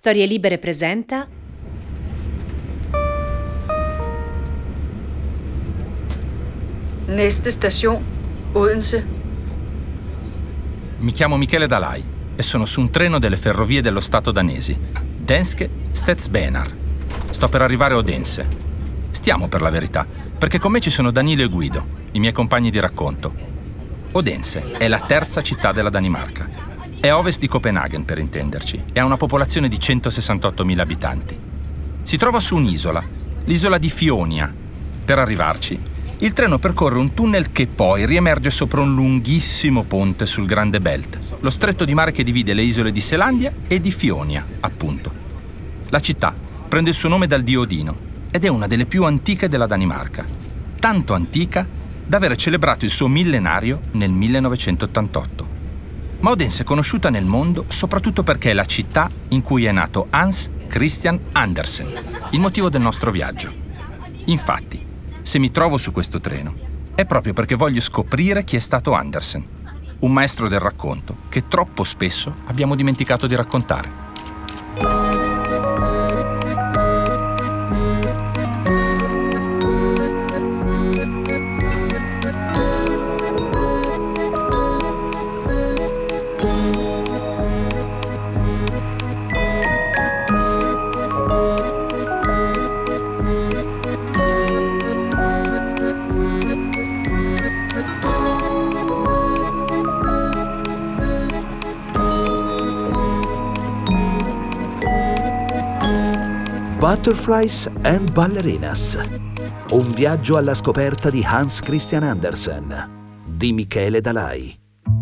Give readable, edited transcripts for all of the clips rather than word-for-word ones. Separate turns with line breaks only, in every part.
Storie Libere presenta
Næste station, Odense.
Mi chiamo Michele Dalai e sono su un treno delle ferrovie dello Stato danesi, Danske Statsbaner. Sto per arrivare a Odense. Stiamo, per la verità, perché con me ci sono Danilo e Guido, i miei compagni di racconto. Odense è la terza città della Danimarca. È a ovest di Copenaghen, per intenderci, e ha una popolazione di 168.000 abitanti. Si trova su un'isola, l'isola di Fionia. Per arrivarci, il treno percorre un tunnel che poi riemerge sopra un lunghissimo ponte sul Grande Belt, lo stretto di mare che divide le isole di Selandia e di Fionia, appunto. La città prende il suo nome dal dio Odino ed è una delle più antiche della Danimarca, tanto antica da aver celebrato il suo millenario nel 1988. Ma Odense è conosciuta nel mondo soprattutto perché è la città in cui è nato Hans Christian Andersen, il motivo del nostro viaggio. Infatti, se mi trovo su questo treno, è proprio perché voglio scoprire chi è stato Andersen, un maestro del racconto che troppo spesso abbiamo dimenticato di raccontare.
Butterflies and Ballerinas. Un viaggio alla scoperta di Hans Christian Andersen di Michele Dalai.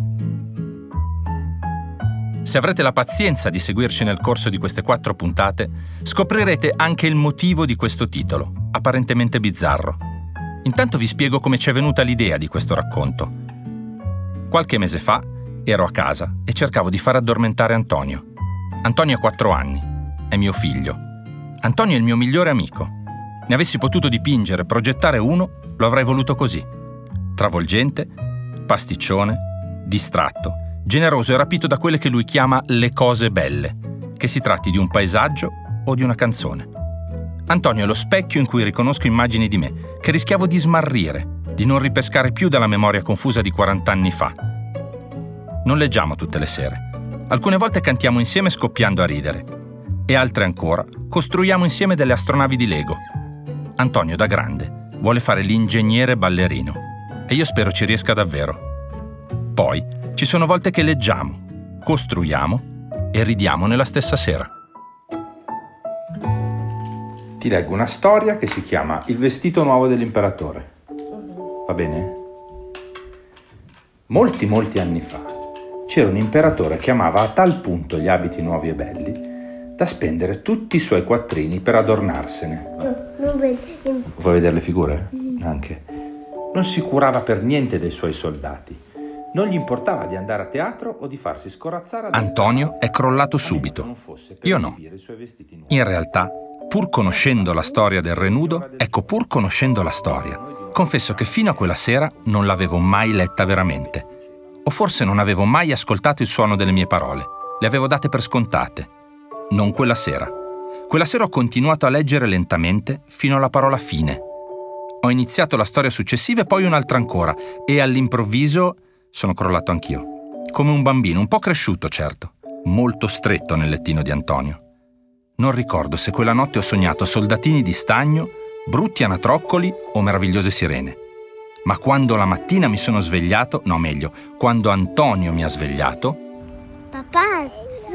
Se avrete la pazienza di seguirci nel corso di queste 4 puntate, scoprirete anche il motivo di questo titolo, apparentemente bizzarro. Intanto vi spiego come ci è venuta l'idea di questo racconto. Qualche mese fa ero a casa e cercavo di far addormentare Antonio. Antonio ha 4 anni, è mio figlio. Antonio è il mio migliore amico. Ne avessi potuto dipingere, progettare uno, lo avrei voluto così. Travolgente, pasticcione, distratto, generoso e rapito da quelle che lui chiama le cose belle, che si tratti di un paesaggio o di una canzone. Antonio è lo specchio in cui riconosco immagini di me, che rischiavo di smarrire, di non ripescare più dalla memoria confusa di 40 anni fa. Non leggiamo tutte le sere. Alcune volte cantiamo insieme scoppiando a ridere. E altre ancora costruiamo insieme delle astronavi di Lego. Antonio, da grande, vuole fare l'ingegnere ballerino e io spero ci riesca davvero. Poi ci sono volte che leggiamo, costruiamo e ridiamo nella stessa sera. Ti leggo una storia che si chiama Il vestito nuovo dell'imperatore. Va bene? Molti anni fa c'era un imperatore che amava a tal punto gli abiti nuovi e belli da spendere tutti i suoi quattrini per adornarsene. Vuoi vedere le figure? Anche. Non si curava per niente dei suoi soldati. Non gli importava di andare a teatro o di farsi scorazzare. Antonio è crollato subito. Io no. In realtà, pur conoscendo la storia del Re Nudo, pur conoscendo la storia, confesso che fino a quella sera non l'avevo mai letta veramente. O forse non avevo mai ascoltato il suono delle mie parole. Le avevo date per scontate. Non quella sera. Quella sera ho continuato a leggere lentamente fino alla parola fine. Ho iniziato la storia successiva e poi un'altra ancora e all'improvviso sono crollato anch'io. Come un bambino, un po' cresciuto certo, molto stretto nel lettino di Antonio. Non ricordo se quella notte ho sognato soldatini di stagno, brutti anatroccoli o meravigliose sirene. Ma quando la mattina mi sono svegliato, quando Antonio mi ha svegliato...
Papà,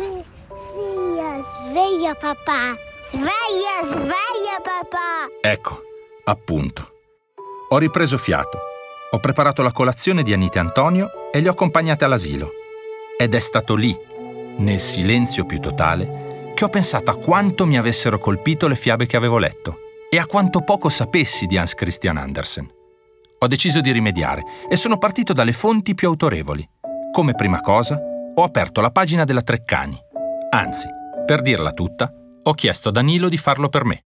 sveglia papà, sveglia papà.
Ecco, appunto. Ho ripreso fiato, ho preparato la colazione di Anita e Antonio e li ho accompagnati all'asilo. Ed è stato lì, nel silenzio più totale, che ho pensato a quanto mi avessero colpito le fiabe che avevo letto e a quanto poco sapessi di Hans Christian Andersen. Ho deciso di rimediare e sono partito dalle fonti più autorevoli. Come prima cosa, ho aperto la pagina della Treccani. Anzi, per dirla tutta, ho chiesto a Danilo di farlo per me.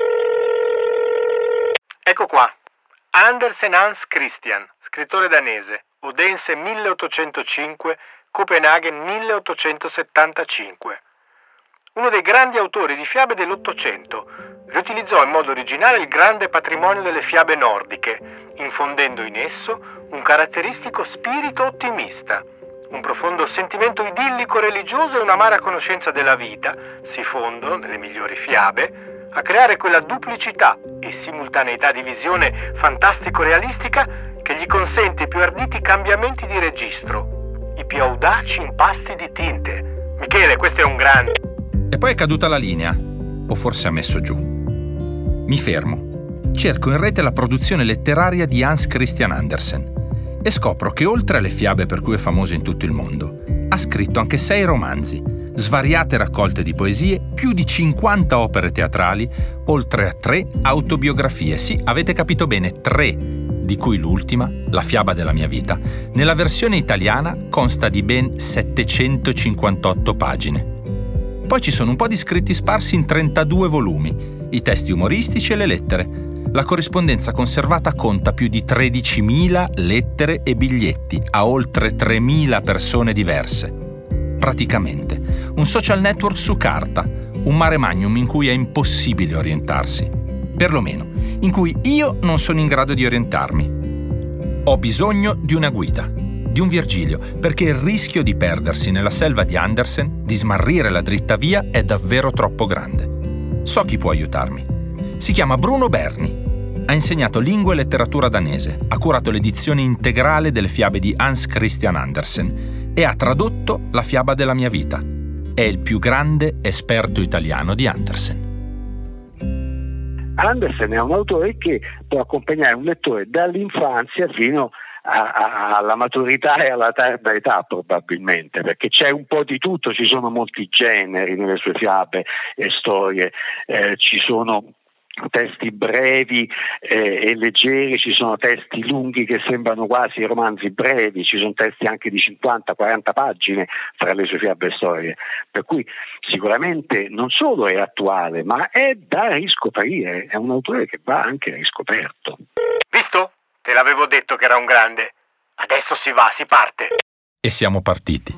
Ecco qua. Andersen Hans Christian, scrittore danese, Odense 1805, Copenaghen 1875. uno dei grandi autori di fiabe dell'Ottocento, riutilizzò in modo originale il grande patrimonio delle fiabe nordiche, infondendo in esso un caratteristico spirito ottimista. Un profondo sentimento idillico religioso e un'amara conoscenza della vita si fondono, nelle migliori fiabe, a creare quella duplicità e simultaneità di visione fantastico-realistica che gli consente i più arditi cambiamenti di registro, i più audaci impasti di tinte. Michele, questo è un grande.
E poi è caduta la linea, o forse ha messo giù. Mi fermo, cerco in rete la produzione letteraria di Hans Christian Andersen e scopro che oltre alle fiabe per cui è famoso in tutto il mondo, ha scritto anche 6 romanzi, svariate raccolte di poesie, più di 50 opere teatrali, oltre a 3 autobiografie. Sì, avete capito bene, 3, di cui l'ultima, La fiaba della mia vita, nella versione italiana consta di ben 758 pagine. Poi ci sono un po' di scritti sparsi in 32 volumi, i testi umoristici e le lettere. La corrispondenza conservata conta più di 13.000 lettere e biglietti a oltre 3.000 persone diverse. Praticamente un social network su carta, un mare magnum in cui è impossibile orientarsi. Perlomeno, in cui io non sono in grado di orientarmi. Ho bisogno di una guida, di un Virgilio, perché il rischio di perdersi nella selva di Andersen, di smarrire la dritta via, è davvero troppo grande. So chi può aiutarmi. Si chiama Bruno Berni. Ha insegnato lingua e letteratura danese, ha curato l'edizione integrale delle fiabe di Hans Christian Andersen e ha tradotto La fiaba della mia vita. È il più grande esperto italiano di Andersen.
Andersen è un autore che può accompagnare un lettore dall'infanzia fino alla maturità e alla tarda età, probabilmente, perché c'è un po' di tutto, ci sono molti generi nelle sue fiabe e storie, ci sono testi brevi e leggeri, ci sono testi lunghi che sembrano quasi romanzi brevi, ci sono testi anche di 50-40 pagine fra le sue fiabe e storie, per cui sicuramente non solo è attuale, ma è da riscoprire, è un autore che va anche riscoperto.
Visto? Te l'avevo detto che era un grande. Adesso si va, si parte.
E siamo partiti.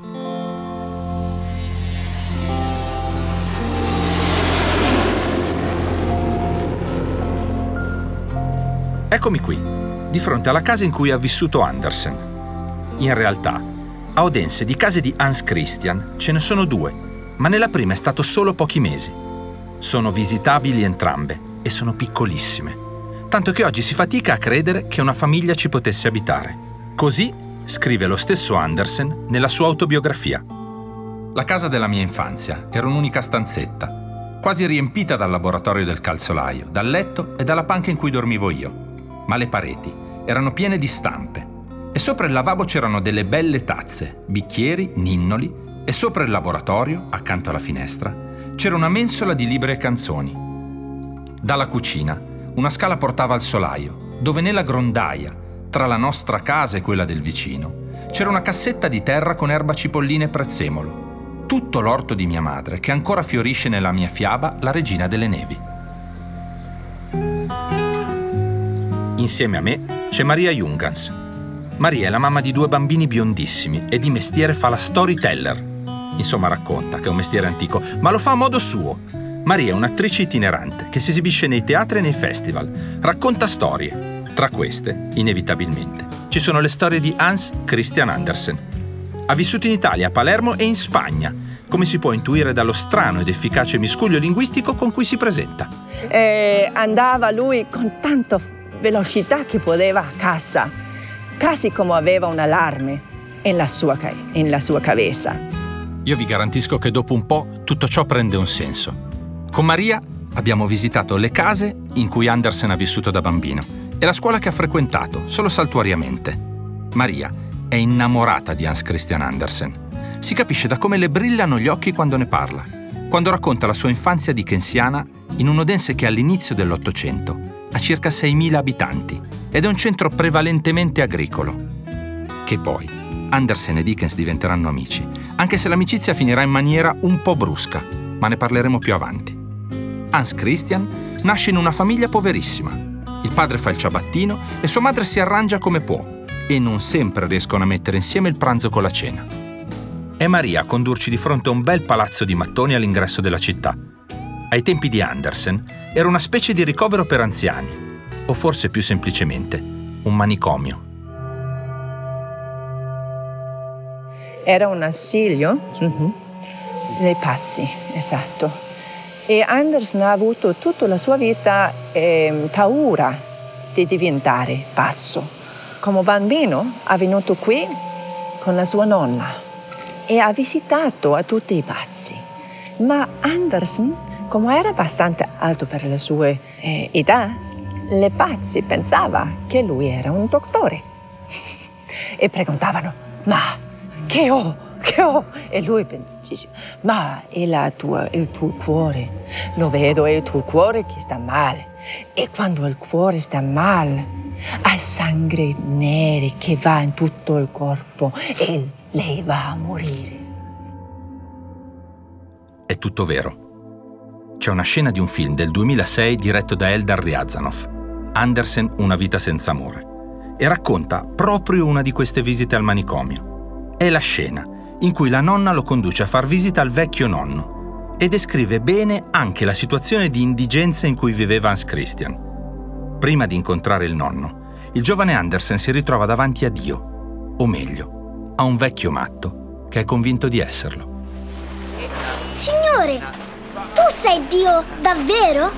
Eccomi qui, di fronte alla casa in cui ha vissuto Andersen. In realtà, a Odense di case di Hans Christian ce ne sono 2, ma nella prima è stato solo pochi mesi. Sono visitabili entrambe e sono piccolissime, tanto che oggi si fatica a credere che una famiglia ci potesse abitare. Così scrive lo stesso Andersen nella sua autobiografia. La casa della mia infanzia era un'unica stanzetta, quasi riempita dal laboratorio del calzolaio, dal letto e dalla panca in cui dormivo io. Ma le pareti erano piene di stampe e sopra il lavabo c'erano delle belle tazze, bicchieri, ninnoli e sopra il laboratorio, accanto alla finestra, c'era una mensola di libri e canzoni. Dalla cucina una scala portava al solaio, dove nella grondaia, tra la nostra casa e quella del vicino, c'era una cassetta di terra con erba cipollina e prezzemolo, tutto l'orto di mia madre che ancora fiorisce nella mia fiaba La regina delle nevi. Insieme a me c'è Maria Jungans. Maria è la mamma di 2 bambini biondissimi e di mestiere fa la storyteller. Insomma, racconta, che è un mestiere antico, ma lo fa a modo suo. Maria è un'attrice itinerante che si esibisce nei teatri e nei festival. Racconta storie. Tra queste, inevitabilmente, ci sono le storie di Hans Christian Andersen. Ha vissuto in Italia, a Palermo e in Spagna, come si può intuire dallo strano ed efficace miscuglio linguistico con cui si presenta.
Andava lui con tanto velocità che poteva a casa, quasi come aveva un allarme nella sua cabeza.
Io vi garantisco che dopo un po' tutto ciò prende un senso. Con Maria abbiamo visitato le case in cui Andersen ha vissuto da bambino e la scuola che ha frequentato, solo saltuariamente. Maria è innamorata di Hans Christian Andersen. Si capisce da come le brillano gli occhi quando ne parla, quando racconta la sua infanzia dickensiana in un Odense che all'inizio dell'Ottocento ha circa 6.000 abitanti ed è un centro prevalentemente agricolo. Che poi Andersen e Dickens diventeranno amici, anche se l'amicizia finirà in maniera un po' brusca, ma ne parleremo più avanti. Hans Christian nasce in una famiglia poverissima. Il padre fa il ciabattino e sua madre si arrangia come può e non sempre riescono a mettere insieme il pranzo con la cena. È Maria a condurci di fronte a un bel palazzo di mattoni all'ingresso della città. Ai tempi di Andersen era una specie di ricovero per anziani, o forse più semplicemente un manicomio.
Era un asilo dei pazzi, esatto. E Andersen ha avuto tutta la sua vita paura di diventare pazzo. Come bambino è venuto qui con la sua nonna e ha visitato a tutti i pazzi. Ma Andersen, come era abbastanza alto per le sue età, le pazzi pensavano che lui era un dottore. E preguntavano, ma che ho? E lui diceva, ma è il tuo cuore. Lo vedo, è il tuo cuore che sta male. E quando il cuore sta male, ha sangue nero che va in tutto il corpo e lei va a morire.
È tutto vero. C'è una scena di un film del 2006 diretto da Eldar Ryazanov, Andersen, Una vita senza amore, e racconta proprio una di queste visite al manicomio. È la scena in cui la nonna lo conduce a far visita al vecchio nonno e descrive bene anche la situazione di indigenza in cui viveva Hans Christian. Prima di incontrare il nonno, il giovane Andersen si ritrova davanti a Dio, o meglio, a un vecchio matto che è convinto di esserlo.
Signore, tu sei Dio davvero?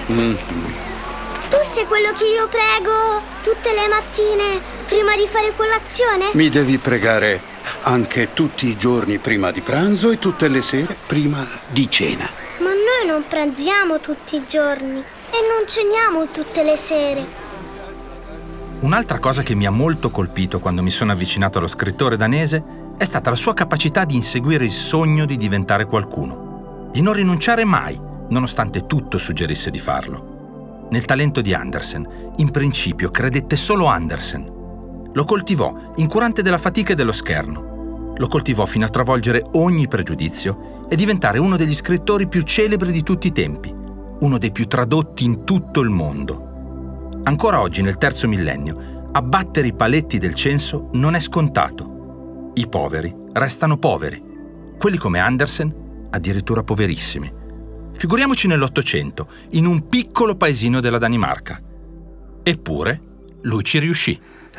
Tu sei quello che io prego tutte le mattine prima di fare colazione?
Mi devi pregare anche tutti i giorni prima di pranzo e tutte le sere prima di cena.
Ma noi non pranziamo tutti i giorni e non ceniamo tutte le sere.
Un'altra cosa che mi ha molto colpito quando mi sono avvicinato allo scrittore danese è stata la sua capacità di inseguire il sogno di diventare qualcuno, di non rinunciare mai, nonostante tutto suggerisse di farlo. Nel talento di Andersen, in principio credette solo Andersen. Lo coltivò, incurante della fatica e dello scherno. Lo coltivò fino a travolgere ogni pregiudizio e diventare uno degli scrittori più celebri di tutti i tempi, uno dei più tradotti in tutto il mondo. Ancora oggi, nel terzo millennio, abbattere i paletti del censo non è scontato. I poveri restano poveri. Quelli come Andersen, addirittura poverissimi. Figuriamoci nell'Ottocento, in un piccolo paesino della Danimarca. Eppure, lui ci riuscì.
È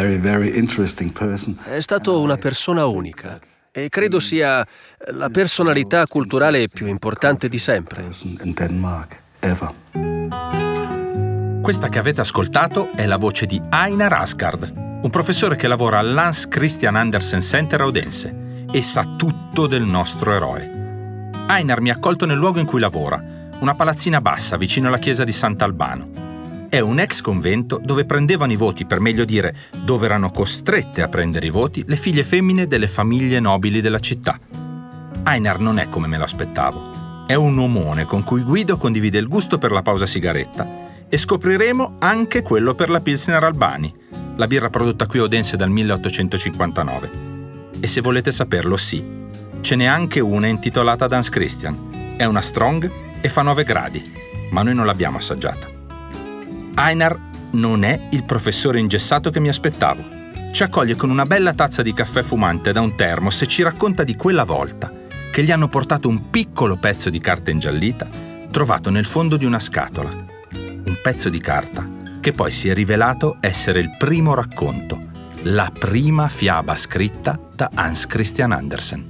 stato una persona unica e credo sia la personalità culturale più importante di sempre.
Questa che avete ascoltato è la voce di Einar Asgard, un professore che lavora all'Hans Christian Andersen Center a Odense e sa tutto del nostro eroe. Einar mi ha accolto nel luogo in cui lavora, una palazzina bassa vicino alla chiesa di Sant'Albano. È un ex convento dove prendevano i voti, per meglio dire, dove erano costrette a prendere i voti le figlie femmine delle famiglie nobili della città. Einar non è come me lo aspettavo. È un omone con cui Guido condivide il gusto per la pausa sigaretta e scopriremo anche quello per la Pilsner Albani, la birra prodotta qui a Odense dal 1859. E se volete saperlo, sì, ce n'è anche una intitolata ad Hans Christian. È una strong e fa 9 gradi, ma noi non l'abbiamo assaggiata. Einar non è il professore ingessato che mi aspettavo. Ci accoglie con una bella tazza di caffè fumante da un termos e ci racconta di quella volta che gli hanno portato un piccolo pezzo di carta ingiallita trovato nel fondo di una scatola. Un pezzo di carta che poi si è rivelato essere il primo racconto, la prima fiaba scritta da Hans Christian Andersen.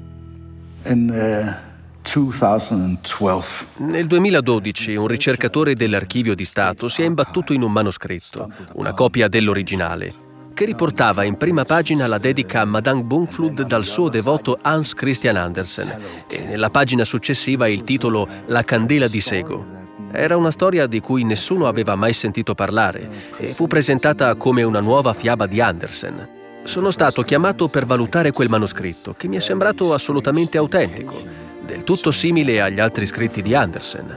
Nel 2012 un ricercatore dell'Archivio di Stato si è imbattuto in un manoscritto, una copia dell'originale, che riportava in prima pagina la dedica a Madame Bunklund dal suo devoto Hans Christian Andersen e nella pagina successiva il titolo La candela di Sego. Era una storia di cui nessuno aveva mai sentito parlare e fu presentata come una nuova fiaba di Andersen. Sono stato chiamato per valutare quel manoscritto, che mi è sembrato assolutamente autentico, del tutto simile agli altri scritti di Andersen.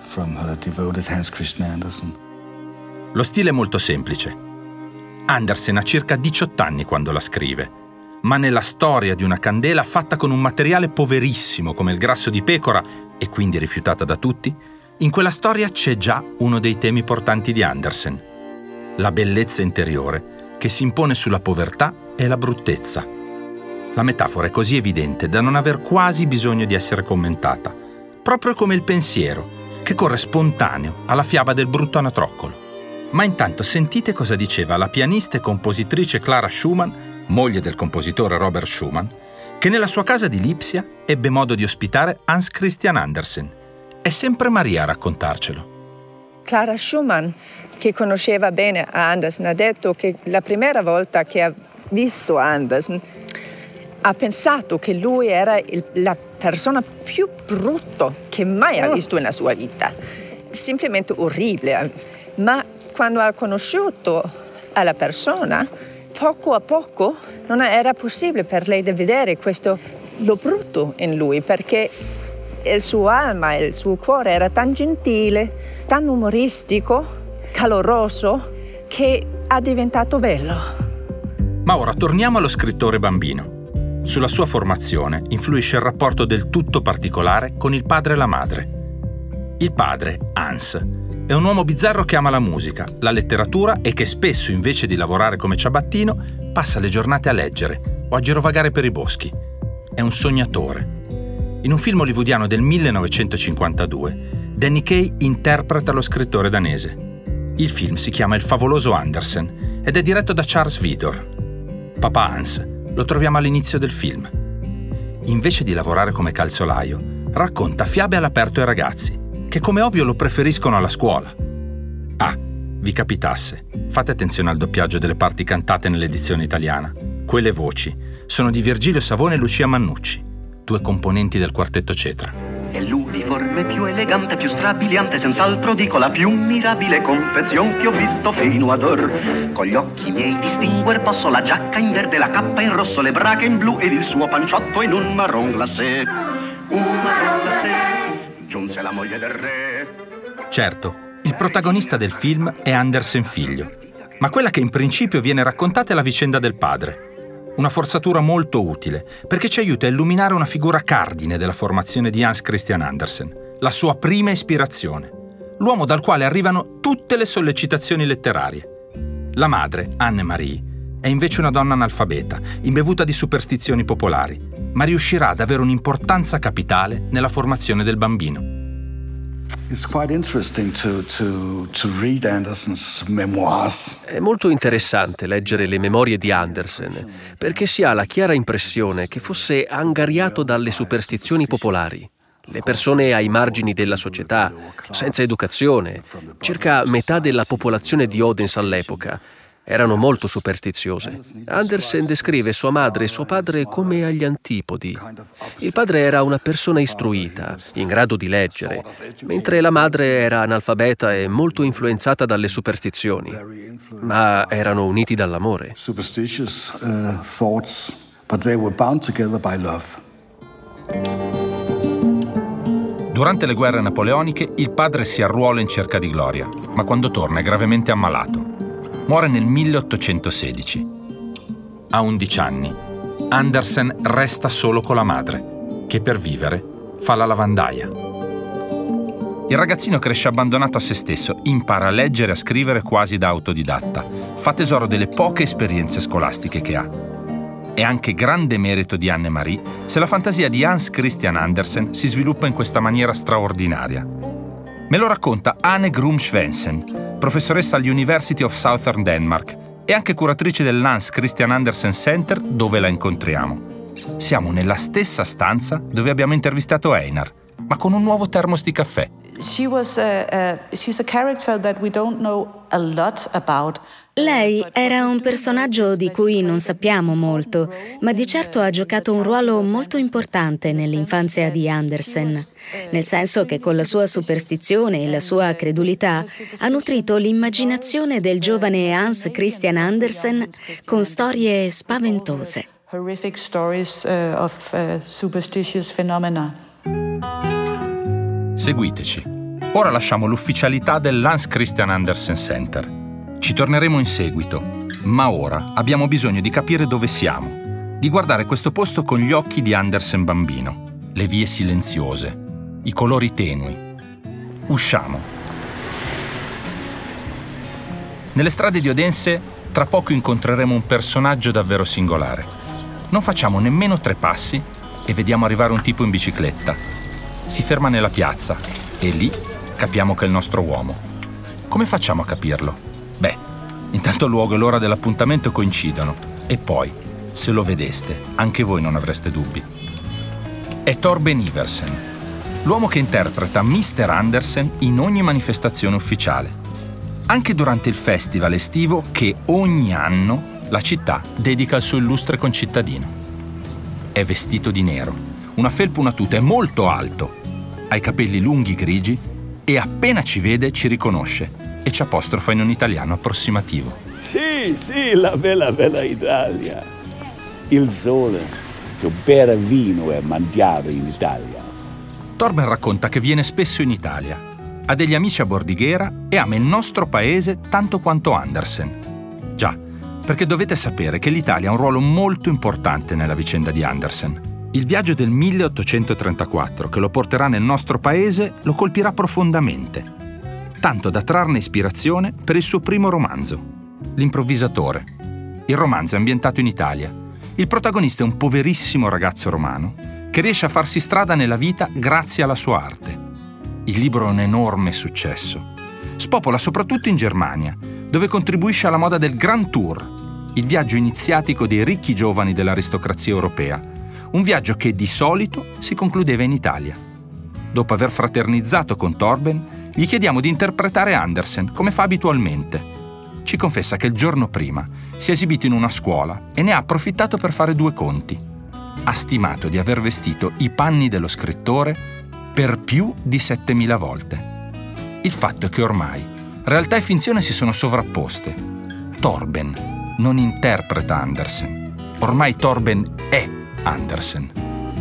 Lo stile è molto semplice. Andersen ha circa 18 anni quando la scrive, ma nella storia di una candela fatta con un materiale poverissimo come il grasso di pecora e quindi rifiutata da tutti, in quella storia c'è già uno dei temi portanti di Andersen, la bellezza interiore che si impone sulla povertà e la bruttezza. La metafora è così evidente da non aver quasi bisogno di essere commentata, proprio come il pensiero, che corre spontaneo alla fiaba del brutto anatroccolo. Ma intanto sentite cosa diceva la pianista e compositrice Clara Schumann, moglie del compositore Robert Schumann, che nella sua casa di Lipsia ebbe modo di ospitare Hans Christian Andersen. È sempre Maria a raccontarcelo.
Clara Schumann, che conosceva bene Andersen, ha detto che la prima volta che ha visto Andersen ha pensato che lui era la persona più brutta che mai ha visto nella sua vita. Semplicemente orribile. Ma quando ha conosciuto la persona, poco a poco non era possibile per lei di vedere lo brutto in lui, perché il suo anima, il suo cuore era tan gentile, tan umoristico, caloroso, che è diventato bello.
Ma ora torniamo allo scrittore bambino. Sulla sua formazione influisce il rapporto del tutto particolare con il padre e la madre. Il padre, Hans, è un uomo bizzarro che ama la musica, la letteratura e che spesso, invece di lavorare come ciabattino, passa le giornate a leggere o a girovagare per i boschi. È un sognatore. In un film hollywoodiano del 1952, Danny Kaye interpreta lo scrittore danese. Il film si chiama Il favoloso Andersen ed è diretto da Charles Vidor. Papà Hans lo troviamo all'inizio del film. Invece di lavorare come calzolaio, racconta fiabe all'aperto ai ragazzi, che come ovvio lo preferiscono alla scuola. Ah, vi capitasse, fate attenzione al doppiaggio delle parti cantate nell'edizione italiana. Quelle voci sono di Virgilio Savone e Lucia Mannucci, 2 componenti del quartetto Cetra.
È l'uniforme più elegante, più strabiliante, senz'altro dico la più mirabile confezion che ho visto fino ad or. Con gli occhi miei distinguer posso la giacca in verde, la cappa in rosso, le brache in blu ed il suo panciotto in un marron glacé. Un marron glacé, giunse la moglie del re.
Certo, il protagonista del film è Andersen figlio, ma quella che in principio viene raccontata è la vicenda del padre. Una forzatura molto utile, perché ci aiuta a illuminare una figura cardine della formazione di Hans Christian Andersen, la sua prima ispirazione, l'uomo dal quale arrivano tutte le sollecitazioni letterarie. La madre, Anne-Marie, è invece una donna analfabeta, imbevuta di superstizioni popolari, ma riuscirà ad avere un'importanza capitale nella formazione del bambino.
It's quite interesting to read Andersen's memoirs.
È molto interessante leggere le memorie di Andersen, perché si ha la chiara impressione che fosse angariato dalle superstizioni popolari. Le persone ai margini della società, senza educazione, circa metà della popolazione di Odense all'epoca, erano molto superstiziose. Andersen descrive sua madre e suo padre come agli antipodi. Il padre era una persona istruita, in grado di leggere, mentre la madre era analfabeta e molto influenzata dalle superstizioni. Ma erano uniti dall'amore.
Superstitious thoughts, but they were bound together by love.
Durante le guerre napoleoniche il padre si arruola in cerca di gloria, ma quando torna è gravemente ammalato. Muore nel 1816. A 11 anni, Andersen resta solo con la madre, che per vivere fa la lavandaia. Il ragazzino cresce abbandonato a se stesso, impara a leggere e a scrivere quasi da autodidatta, fa tesoro delle poche esperienze scolastiche che ha. È anche grande merito di Anne-Marie se la fantasia di Hans Christian Andersen si sviluppa in questa maniera straordinaria. Me lo racconta Anne Grum-Svendsen, professoressa all'University of Southern Denmark e anche curatrice dell'Hans Christian Andersen Center, dove la incontriamo. Siamo nella stessa stanza dove abbiamo intervistato Einar, ma con un nuovo termos di caffè.
She's a character that we don't know a lot about.
Lei era un personaggio di cui non sappiamo molto, ma di certo ha giocato un ruolo molto importante nell'infanzia di Andersen, nel senso che con la sua superstizione e la sua credulità ha nutrito l'immaginazione del giovane Hans Christian Andersen con storie spaventose.
Horrific stories of superstitious phenomena.
Seguiteci. Ora lasciamo l'ufficialità dell'Hans Christian Andersen Center. Ci torneremo in seguito, ma ora abbiamo bisogno di capire dove siamo, di guardare questo posto con gli occhi di Andersen bambino, le vie silenziose, i colori tenui. Usciamo. Nelle strade di Odense, tra poco incontreremo un personaggio davvero singolare. Non facciamo nemmeno 3 passi e vediamo arrivare un tipo in bicicletta. Si ferma nella piazza e lì capiamo che è il nostro uomo. Come facciamo a capirlo? Beh, intanto il luogo e l'ora dell'appuntamento coincidono e poi, se lo vedeste, anche voi non avreste dubbi. È Torben Iversen, l'uomo che interpreta Mr. Andersen in ogni manifestazione ufficiale, anche durante il festival estivo che ogni anno la città dedica al suo illustre concittadino. È vestito di nero, una felpa, una tuta, è molto alto, ha i capelli lunghi grigi e appena ci vede ci riconosce e ci apostrofa in un italiano approssimativo.
Sì, la bella Italia. Il sole, il bere vino e mangiare in Italia.
Torben racconta che viene spesso in Italia, ha degli amici a Bordighera e ama il nostro paese tanto quanto Andersen. Già, perché dovete sapere che l'Italia ha un ruolo molto importante nella vicenda di Andersen. Il viaggio del 1834 che lo porterà nel nostro paese lo colpirà profondamente, tanto da trarne ispirazione per il suo primo romanzo, L'improvvisatore. Il romanzo è ambientato in Italia. Il protagonista è un poverissimo ragazzo romano che riesce a farsi strada nella vita grazie alla sua arte. Il libro è un enorme successo. Spopola soprattutto in Germania, dove contribuisce alla moda del Grand Tour, il viaggio iniziatico dei ricchi giovani dell'aristocrazia europea, un viaggio che di solito si concludeva in Italia. Dopo aver fraternizzato con Torben, gli chiediamo di interpretare Andersen come fa abitualmente. Ci confessa che il giorno prima si è esibito in una scuola e ne ha approfittato per fare 2 conti. Ha stimato di aver vestito i panni dello scrittore per più di 7.000 volte. Il fatto è che ormai realtà e finzione si sono sovrapposte. Torben non interpreta Andersen. Ormai Torben è Andersen.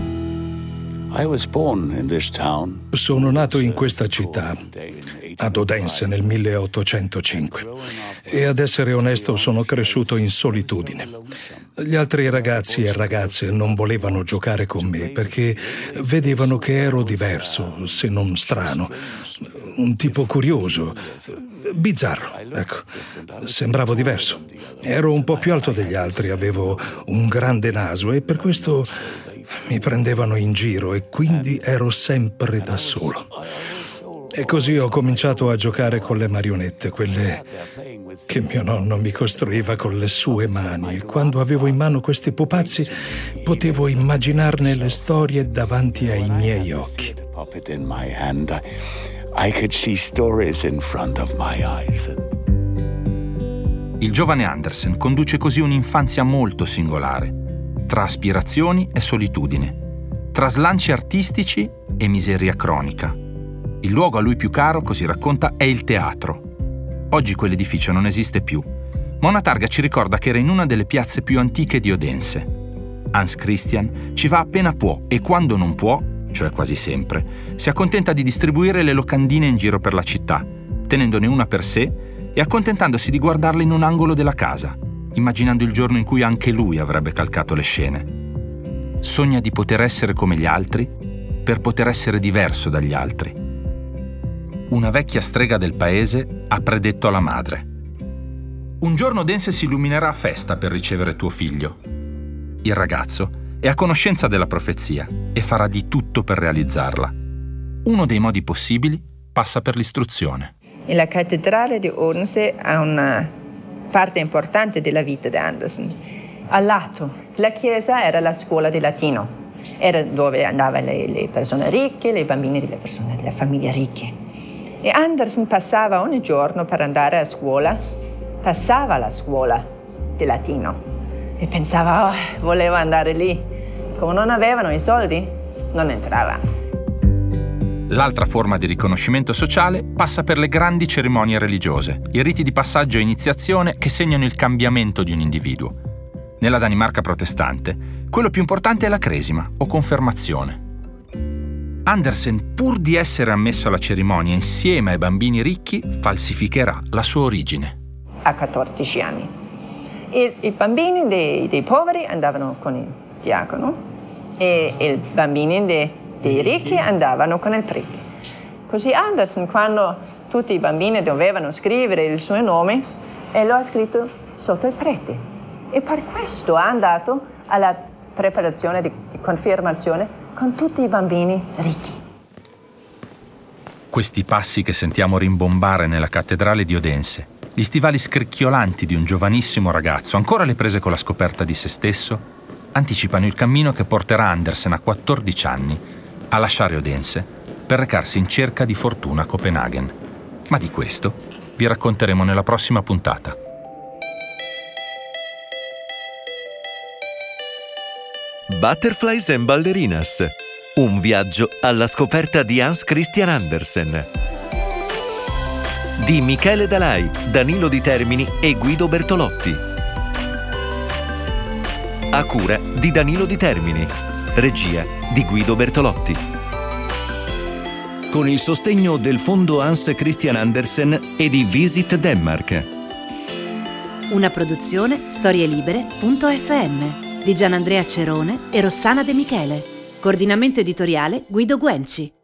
Sono nato in questa città, ad Odense, nel 1805. E ad essere onesto sono cresciuto in solitudine. Gli altri ragazzi e ragazze non volevano giocare con me perché vedevano che ero diverso, se non strano, un tipo curioso, bizzarro, ecco. Sembravo diverso. Ero un po' più alto degli altri, avevo un grande naso e per questo mi prendevano in giro e quindi ero sempre da solo. E così ho cominciato a giocare con le marionette, quelle che mio nonno mi costruiva con le sue mani. E quando avevo in mano questi pupazzi, potevo immaginarne le storie davanti ai miei occhi.
Il giovane Andersen conduce così un'infanzia molto singolare, tra aspirazioni e solitudine, tra slanci artistici e miseria cronica. Il luogo a lui più caro, così racconta, è il teatro. Oggi quell'edificio non esiste più, ma una targa ci ricorda che era in una delle piazze più antiche di Odense. Hans Christian ci va appena può e quando non può, cioè quasi sempre, si accontenta di distribuire le locandine in giro per la città, tenendone una per sé e accontentandosi di guardarle in un angolo della casa, immaginando il giorno in cui anche lui avrebbe calcato le scene. Sogna di poter essere come gli altri per poter essere diverso dagli altri. Una vecchia strega del paese ha predetto alla madre: un giorno Odense si illuminerà a festa per ricevere tuo figlio. Il ragazzo è a conoscenza della profezia e farà di tutto per realizzarla. Uno dei modi possibili passa per l'istruzione.
La cattedrale di Odense ha una parte importante della vita di Andersen. Al lato, la chiesa era la scuola di latino, era dove andavano le persone ricche, i bambini delle persone delle famiglie ricche. E Andersen passava ogni giorno per andare a scuola, passava alla scuola di latino e pensava, voleva andare lì. Come non avevano i soldi, non entrava.
L'altra forma di riconoscimento sociale passa per le grandi cerimonie religiose, i riti di passaggio e iniziazione che segnano il cambiamento di un individuo. Nella Danimarca protestante, quello più importante è la cresima o confermazione. Andersen, pur di essere ammesso alla cerimonia insieme ai bambini ricchi, falsificherà la sua origine.
A 14 anni. I bambini dei poveri andavano con il diacono e i bambini dei ricchi andavano con il prete. Così Andersen, quando tutti i bambini dovevano scrivere il suo nome, e lo ha scritto sotto il prete. E per questo è andato alla preparazione, di confermazione con tutti i bambini ricchi.
Questi passi che sentiamo rimbombare nella cattedrale di Odense, gli stivali scricchiolanti di un giovanissimo ragazzo, ancora alle prese con la scoperta di se stesso, anticipano il cammino che porterà Andersen a 14 anni a lasciare Odense per recarsi in cerca di fortuna a Copenaghen. Ma di questo vi racconteremo nella prossima puntata.
Butterflies and Ballerinas. Un viaggio alla scoperta di Hans Christian Andersen. Di Michele Dalai, Danilo Di Termini e Guido Bertolotti. A cura di Danilo Di Termini. Regia di Guido Bertolotti. Con il sostegno del Fondo Hans Christian Andersen e di Visit Denmark.
Una produzione storielibere.fm di Gianandrea Cerone e Rossana De Michele. Coordinamento editoriale Guido Guenci.